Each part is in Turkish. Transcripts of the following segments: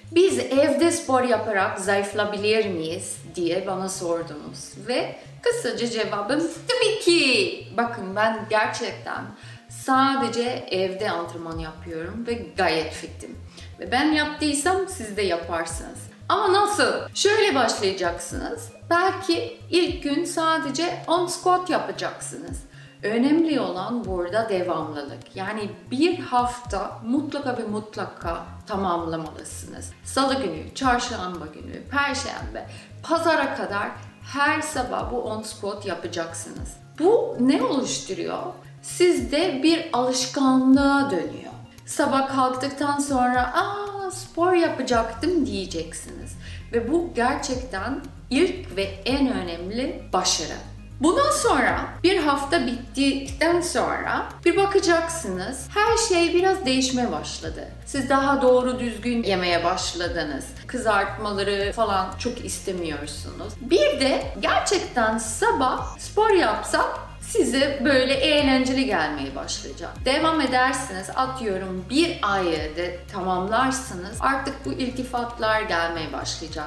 Biz evde spor yaparak zayıflayabilir miyiz diye bana sordunuz. Ve kısaca cevabım tabii ki. Bakın ben gerçekten sadece evde antrenman yapıyorum ve gayet fitim. Ve ben yaptıysam siz de yaparsınız. Ama nasıl? Şöyle başlayacaksınız. Belki ilk gün sadece 10 squat yapacaksınız. Önemli olan burada devamlılık. Yani bir hafta mutlaka ve mutlaka tamamlamalısınız. Salı günü, çarşamba günü, perşembe, pazara kadar her sabah bu 10 squat yapacaksınız. Bu ne oluşturuyor? Sizde bir alışkanlığa dönüyor. Sabah kalktıktan sonra spor yapacaktım diyeceksiniz. Ve bu gerçekten ilk ve en önemli başarı. Bundan sonra bir hafta bittikten sonra bir bakacaksınız her şey biraz değişmeye başladı. Siz daha doğru düzgün yemeye başladınız. Kızartmaları falan çok istemiyorsunuz. Bir de gerçekten sabah spor yapsak size böyle eğlenceli gelmeye başlayacak. Devam edersiniz, atıyorum bir ayda tamamlarsınız. Artık bu iltifatlar gelmeye başlayacak.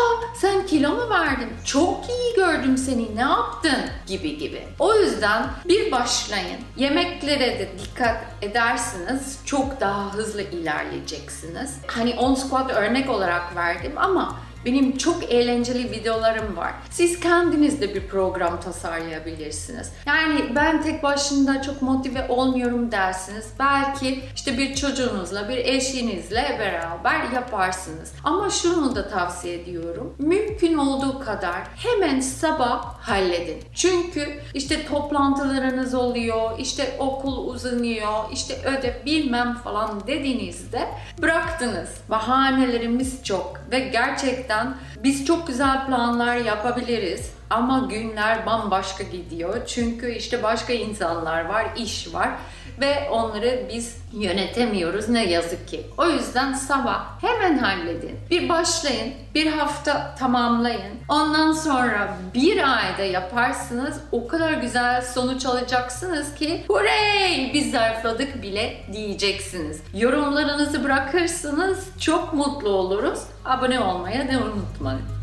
Sen kilo mu verdin? Çok iyi gördüm seni, ne yaptın? Gibi. O yüzden bir başlayın. Yemeklere de dikkat edersiniz. Çok daha hızlı ilerleyeceksiniz. Hani 10 squat örnek olarak verdim ama benim çok eğlenceli videolarım var. Siz kendiniz de bir program tasarlayabilirsiniz. Yani ben tek başına çok motive olmuyorum dersiniz. Belki işte bir çocuğunuzla, bir eşinizle beraber yaparsınız. Ama şunu da tavsiye ediyorum. Mümkün olduğu kadar hemen sabah halledin. Çünkü işte toplantılarınız oluyor, işte okul uzanıyor, işte ödev bilmem falan dediğinizde bıraktınız. Bahanelerimiz çok ve gerçekten biz çok güzel planlar yapabiliriz ama günler bambaşka gidiyor. Çünkü işte başka insanlar var, iş var ve onları biz yönetemiyoruz ne yazık ki. O yüzden sabah hemen halledin. Bir başlayın, bir hafta tamamlayın. Ondan sonra bir ayda yaparsınız. O kadar güzel sonuç alacaksınız ki hurray biz zayıfladık bile diyeceksiniz. Yorumlarınızı bırakırsınız. Çok mutlu oluruz. Abone olmayı da unutmayın.